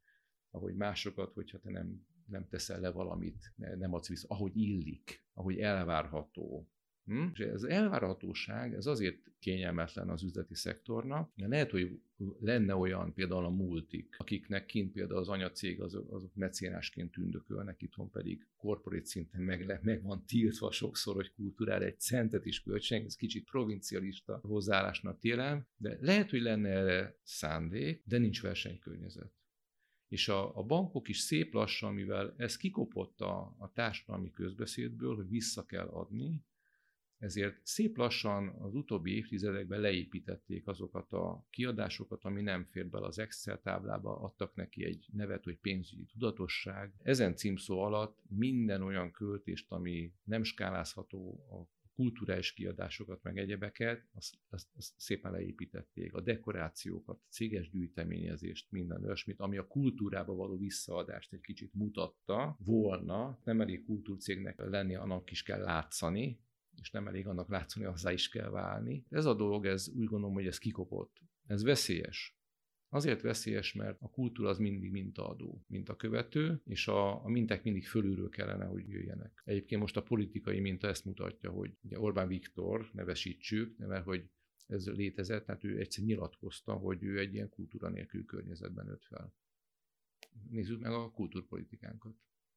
ahogy másokat, hogyha te nem teszel le valamit, nem adsz vissza, ahogy illik, ahogy elvárható. És ez elvárhatóság, ez azért kényelmetlen az üzleti szektornak, mert lehet, hogy lenne olyan például a multik, akiknek kint például az anyacég azok mecénásként tündökölnek, itthon pedig corporate szinten meg van tiltva sokszor, hogy kultúrára egy centet is költsenek, ez kicsit provincialista hozzáállásnak élem, de lehet, hogy lenne erre szándék, de nincs versenykörnyezet. És a bankok is szép lassan, mivel ez kikopott a társadalmi közbeszédből, hogy vissza kell adni, ezért szép lassan az utóbbi évtizedekben leépítették azokat a kiadásokat, ami nem fér bele az Excel táblába, adtak neki egy nevet, hogy pénzügyi tudatosság. Ezen címszó alatt minden olyan költést, ami nem skálázható, a kulturális kiadásokat, meg egyebeket, azt szépen leépítették. A dekorációkat, céges gyűjteményezést, minden olyasmit, ami a kultúrába való visszaadást egy kicsit mutatta volna, nem elég kultúrcégnek lenni, annak is kell látszani, és nem elég annak látszani, hozzá is kell válni. Ez a dolog, ez úgy gondolom, hogy ez kikopott. Ez veszélyes. Azért veszélyes, mert a kultúra az mindig mintaadó, mintakövető, és a minták mindig fölülről kellene, hogy jöjjenek. Egyébként most a politikai minta ezt mutatja, hogy ugye Orbán Viktor, nevesítsük, mert hogy ez létezett, tehát ő egyszer nyilatkozta, hogy ő egy ilyen kultúra nélkül környezetben nőtt fel. Nézzük meg a kultúrpolitikánkat.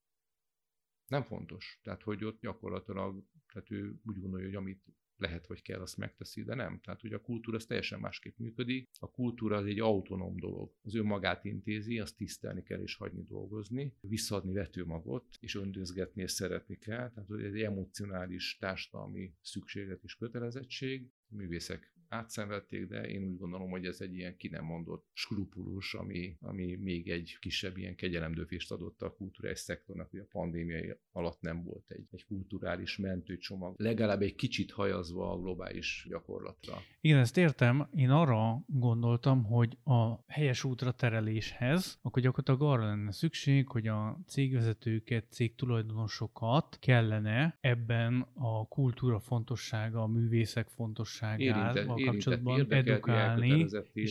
Nem fontos. Tehát, hogy ott gyakorlatilag, tehát ő úgy gondolja, hogy amit lehet, vagy kell, azt megteszi, de nem. Tehát, hogy a kultúra az teljesen másképp működik. A kultúra az egy autonóm dolog. Az ő magát intézi, azt tisztelni kell és hagyni dolgozni, visszaadni vetőmagot, és öntözgetni és szeretni kell. Tehát ez egy emocionális, társadalmi szükséglet és kötelezettség. A művészek átszenvedték, de én úgy gondolom, hogy ez egy ilyen ki nem mondott skrupulus, ami még egy kisebb ilyen kegyelemdöfést adott a kulturális szektornak, hogy a pandémia alatt nem volt egy kulturális mentőcsomag, legalább egy kicsit hajazva a globális gyakorlatra. Igen, ezt értem. Én arra gondoltam, hogy a helyes útra tereléshez, akkor gyakorlatilag arra lenne szükség, hogy a cégvezetőket, cégtulajdonosokat kellene ebben a kultúra fontossága, a művészek fontosságával kapcsolatban edukálni.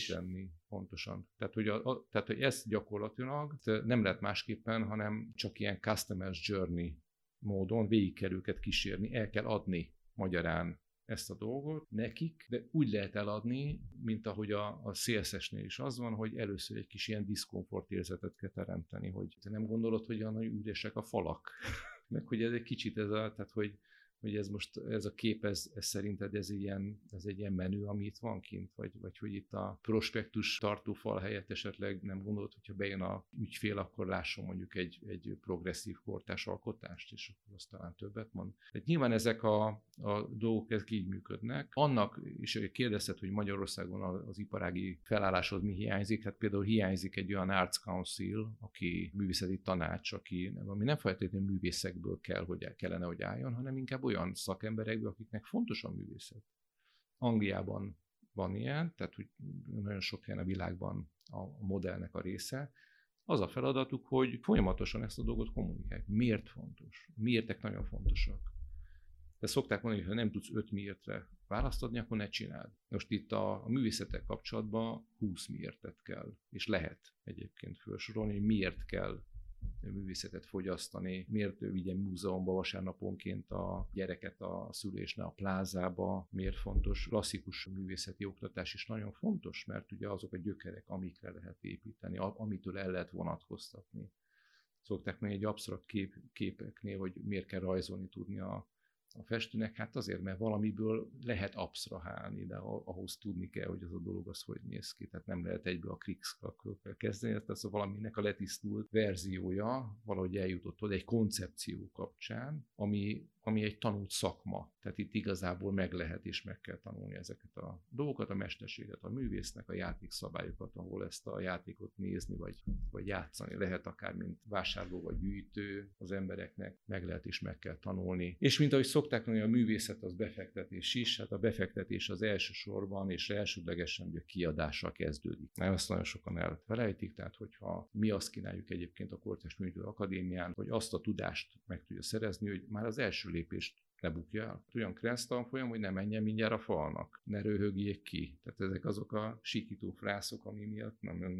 Pontosan. Tehát, hogy ez gyakorlatilag nem lehet másképpen, hanem csak ilyen customer's journey módon végig kell őket kísérni, el kell adni magyarán ezt a dolgot nekik, de úgy lehet eladni, mint ahogy a CSS-nél is az van, hogy először egy kis ilyen diszkomfort érzetet kell teremteni, hogy te nem gondolod, hogy olyan üresek a falak, meg hogy ez egy kicsit tehát hogy ez most, ez a kép, ez szerinted ez egy ilyen menü, ami itt van kint, vagy hogy itt a prospektus tartófal helyett esetleg nem gondolod, hogyha bejön a ügyfél, akkor lásson mondjuk egy progresszív kortárs alkotást, és akkor azt talán többet mond. Tehát nyilván ezek a dolgok ezek így működnek. Annak is kérdezted, hogy Magyarországon az iparági felálláshoz mi hiányzik, hát például hiányzik egy olyan Arts Council, aki művészeti tanács, ami nem feltétlenül művészekből kellene, hogy álljon, hanem inkább olyan szakemberekből, akiknek fontos a művészet. Angliában van ilyen, tehát hogy nagyon sok helyen a világban a modellnek a része. Az a feladatuk, hogy folyamatosan ezt a dolgot kommunikálják. Miért fontos? Miértek nagyon fontosak. De szokták mondani, hogy ha nem tudsz 5 miértre választ adni, akkor ne csináld. Most itt a művészetek kapcsolatban 20 miértet kell, és lehet egyébként felsorolni, hogy miért kell művészetet fogyasztani, miért vigyen múzeumba vasárnaponként a gyereket a szülésnél a plázába, miért fontos. Klasszikus művészeti oktatás is nagyon fontos, mert ugye azok a gyökerek, amikre lehet építeni, amitől el lehet vonatkoztatni. Szokták meg egy absztrakt képeknél, hogy miért kell rajzolni tudni a festőnek, hát azért, mert valamiből lehet absztrahálni, de ahhoz tudni kell, hogy az a dolog az hogy néz ki. Tehát nem lehet egyből a krikszkrakkal kezdeni, tehát valaminek a letisztult verziója valahogy eljutott oda egy koncepció kapcsán, ami egy tanult szakma. Tehát itt igazából meg lehet és meg kell tanulni ezeket a dolgokat, a mesterséget, a művésznek, a játékszabályokat, ahol ezt a játékot nézni, vagy játszani lehet, akár mint vásárló vagy gyűjtő az embereknek, meg lehet és meg kell tanulni. És mint ahogy szokták mondani, a művészet az befektetés is, hát a befektetés az elsősorban és elsődlegesen ugye kiadással kezdődik. Ezt nagyon sokan elfelejtik, tehát hogyha mi azt kínáljuk egyébként a Kortárs Művészeti Akadémián, hogy azt a tudást meg tudja szerezni, hogy már az első lépést ne bukja el. Olyan krensz tanfolyam, hogy ne menjen mindjárt a falnak, ne röhögjék ki. Tehát ezek azok a sikító frászok, ami miatt nem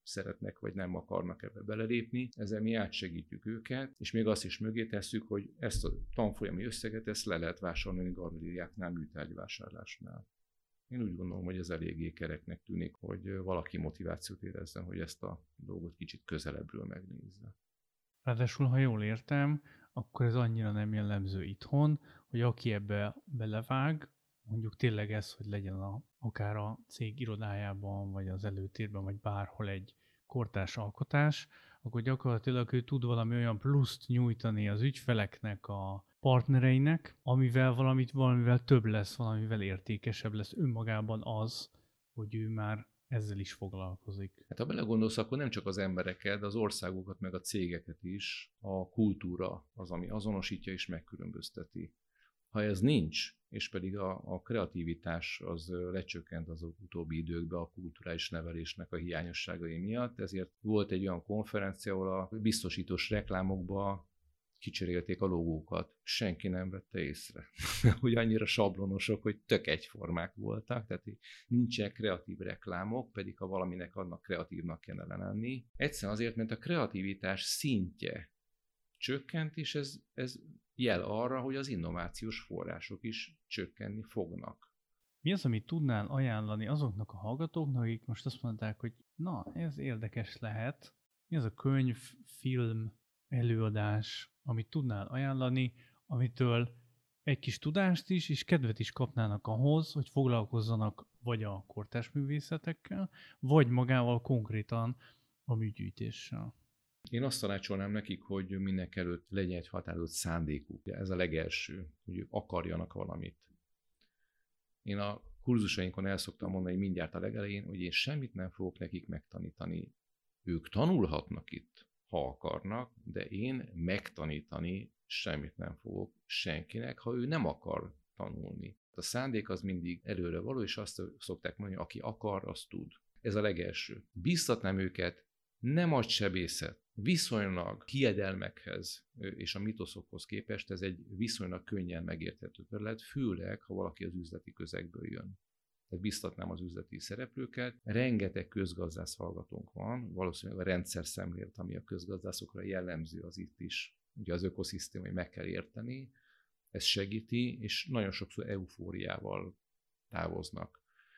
szeretnek, vagy nem akarnak ebbe belelépni. Ezzel mi átsegítjük őket, és még azt is mögé tesszük, hogy ezt a tanfolyami összeget ezt le lehet vásárolni galériáknál, műtárgyvásárlásnál. Én úgy gondolom, hogy ez eléggé kereknek tűnik, hogy valaki motivációt érezzen, hogy ezt a dolgot kicsit közelebbről megnézze. Ráadásul, ha jól értem, akkor ez annyira nem jellemző itthon, hogy aki ebbe belevág, mondjuk tényleg ez, hogy legyen akár a cég irodájában, vagy az előtérben, vagy bárhol egy kortárs alkotás, akkor gyakorlatilag ő tud valami olyan pluszt nyújtani az ügyfeleknek, a partnereinek, valamivel több lesz, valamivel értékesebb lesz önmagában az, hogy ő már ezzel is foglalkozik. Hát ha belegondolsz, akkor nem csak az embereket, de az országokat, meg a cégeket is a kultúra az, ami azonosítja és megkülönbözteti. Ha ez nincs, és pedig a kreativitás az lecsökkent az utóbbi időkben a kulturális nevelésnek a hiányosságai miatt, ezért volt egy olyan konferencia, ahol a biztosítós reklámokba kicserélték a logókat. Senki nem vette észre, hogy annyira sablonosok, hogy tök egyformák voltak, tehát nincsenek kreatív reklámok, pedig ha valaminek annak kreatívnak kellene lenni. Egyszerűen azért, mert a kreativitás szintje csökkent, és ez jel arra, hogy az innovációs források is csökkenni fognak. Mi az, amit tudnál ajánlani azoknak a hallgatóknak, akik most azt mondták, hogy na, ez érdekes lehet. Mi az a könyv, film, előadás, amit tudnál ajánlani, amitől egy kis tudást is, és kedvet is kapnának ahhoz, hogy foglalkozzanak vagy a kortárs művészetekkel, vagy magával konkrétan a műgyűjtéssel. Én azt tanácsolnám nekik, hogy mindenekelőtt legyen egy határozott szándékuk. Ez a legelső, hogy ők akarjanak valamit. Én a kurzusainkon el szoktam mondani mindjárt a legelején, hogy én semmit nem fogok nekik megtanítani. Ők tanulhatnak itt, ha akarnak, de én megtanítani semmit nem fogok senkinek, ha ő nem akar tanulni. A szándék az mindig előre való, és azt szokták mondani, aki akar, az tud. Ez a legelső. Bíztatnám őket, nem agysebészet. Viszonylag hiedelmekhez és a mitoszokhoz képest ez egy viszonylag könnyen megérthető terület, főleg, ha valaki az üzleti közegből jön. Tehát biztatnám az üzleti szereplőket. Rengeteg közgazdász hallgatónk van, valószínűleg a rendszer szemlélet, ami a közgazdászokra jellemző, az itt is. Ugye az ökoszisztémai meg kell érteni, ez segíti, és nagyon sokszor eufóriával távoznak.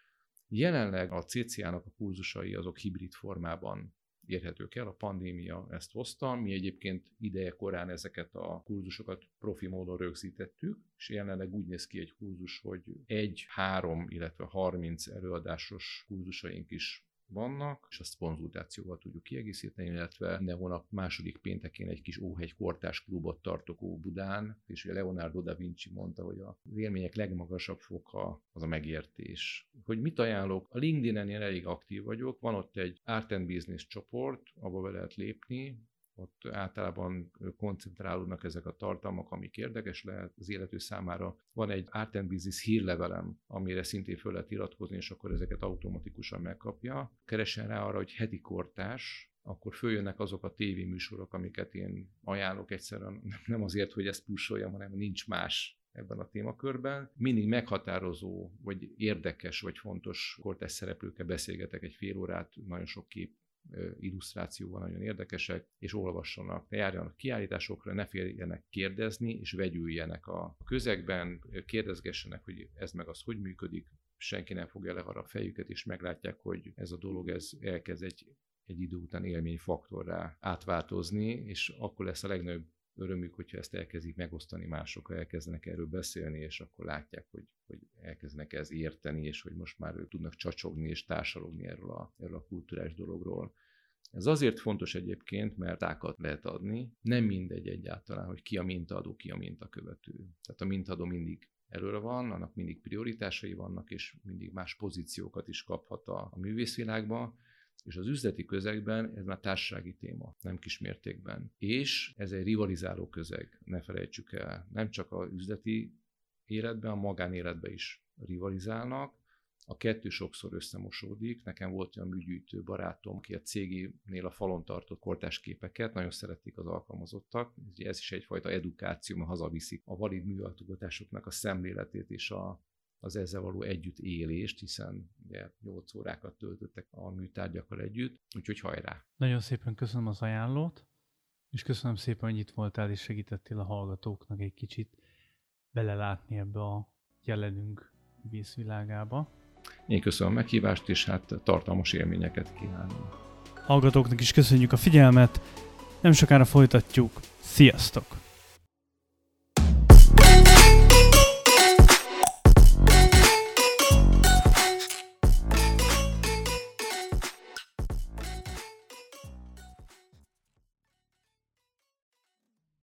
Jelenleg a CCA-nak a kurzusai azok hibrid formában érhetők el, a pandémia ezt hozta, mi egyébként ideje korán ezeket a kurzusokat profi módon rögzítettük, és jelenleg úgy néz ki egy kurzus, hogy 1, 3, illetve 30 előadásos kurzusaink is vannak, és azt konzultációval tudjuk kiegészíteni, illetve minden hónap második péntekén egy kis Óhegy kortárs klubot tartok Óbudán, és ugye Leonardo da Vinci mondta, hogy a élmények legmagasabb foka az a megértés. Hogy mit ajánlok? A LinkedIn-en én elég aktív vagyok, van ott egy Art and Business csoport, abba be lehet lépni, ott általában koncentrálódnak ezek a tartalmak, amik érdekes lehet az illető számára. Van egy Art and Business hírlevelem, amire szintén föl lehet iratkozni, és akkor ezeket automatikusan megkapja. Keressen rá arra, hogy heti kortárs, akkor följönnek azok a tévéműsorok, amiket én ajánlok egyszerűen, nem azért, hogy ezt pusoljam, hanem nincs más ebben a témakörben. Mindig meghatározó, vagy érdekes, vagy fontos kortárs szereplőkkel beszélgetek egy fél órát, nagyon sok kép illusztrációval nagyon érdekesek, és olvassanak, járjanak kiállításokra, ne féljenek kérdezni, és vegyüljenek a közegben, kérdezgessenek, hogy ez meg az hogy működik, senki nem fogja leharra a fejüket, és meglátják, hogy ez a dolog ez elkezd egy idő után élményfaktorrá átváltozni, és akkor lesz a legnagyobb örömük, hogyha ezt elkezdik megosztani másokkal, elkezdenek erről beszélni, és akkor látják, hogy elkezdenek ezt érteni, és hogy most már ők tudnak csacsogni és társalogni erről a kulturális dologról. Ez azért fontos egyébként, mert tákat lehet adni. Nem mindegy egyáltalán, hogy ki a mintaadó, ki a mintakövető. Tehát a mintaadó mindig előre van, annak mindig prioritásai vannak, és mindig más pozíciókat is kaphat a művészvilágban, és az üzleti közegben ez már társasági téma, nem kismértékben. És ez egy rivalizáló közeg, ne felejtsük el. Nem csak az üzleti életben, a magánéletben is rivalizálnak. A kettő sokszor összemosódik. Nekem volt olyan műgyűjtő barátom, aki a cégénél a falon tartott kortárs képeket, nagyon szerették az alkalmazottak. Ez is egyfajta edukáció, mert hazaviszik a valid műalkotásoknak a szemléletét és a az ezzel való együttélést, hiszen ugye 8 órákat töltöttek a műtárgyakkal együtt, úgyhogy hajrá! Nagyon szépen köszönöm az ajánlót, és köszönöm szépen, hogy itt voltál és segítettél a hallgatóknak egy kicsit belelátni ebbe a jelenünk vízvilágába. Én köszönöm a meghívást, és hát tartalmas élményeket kívánok. Hallgatóknak is köszönjük a figyelmet, nem sokára folytatjuk, sziasztok!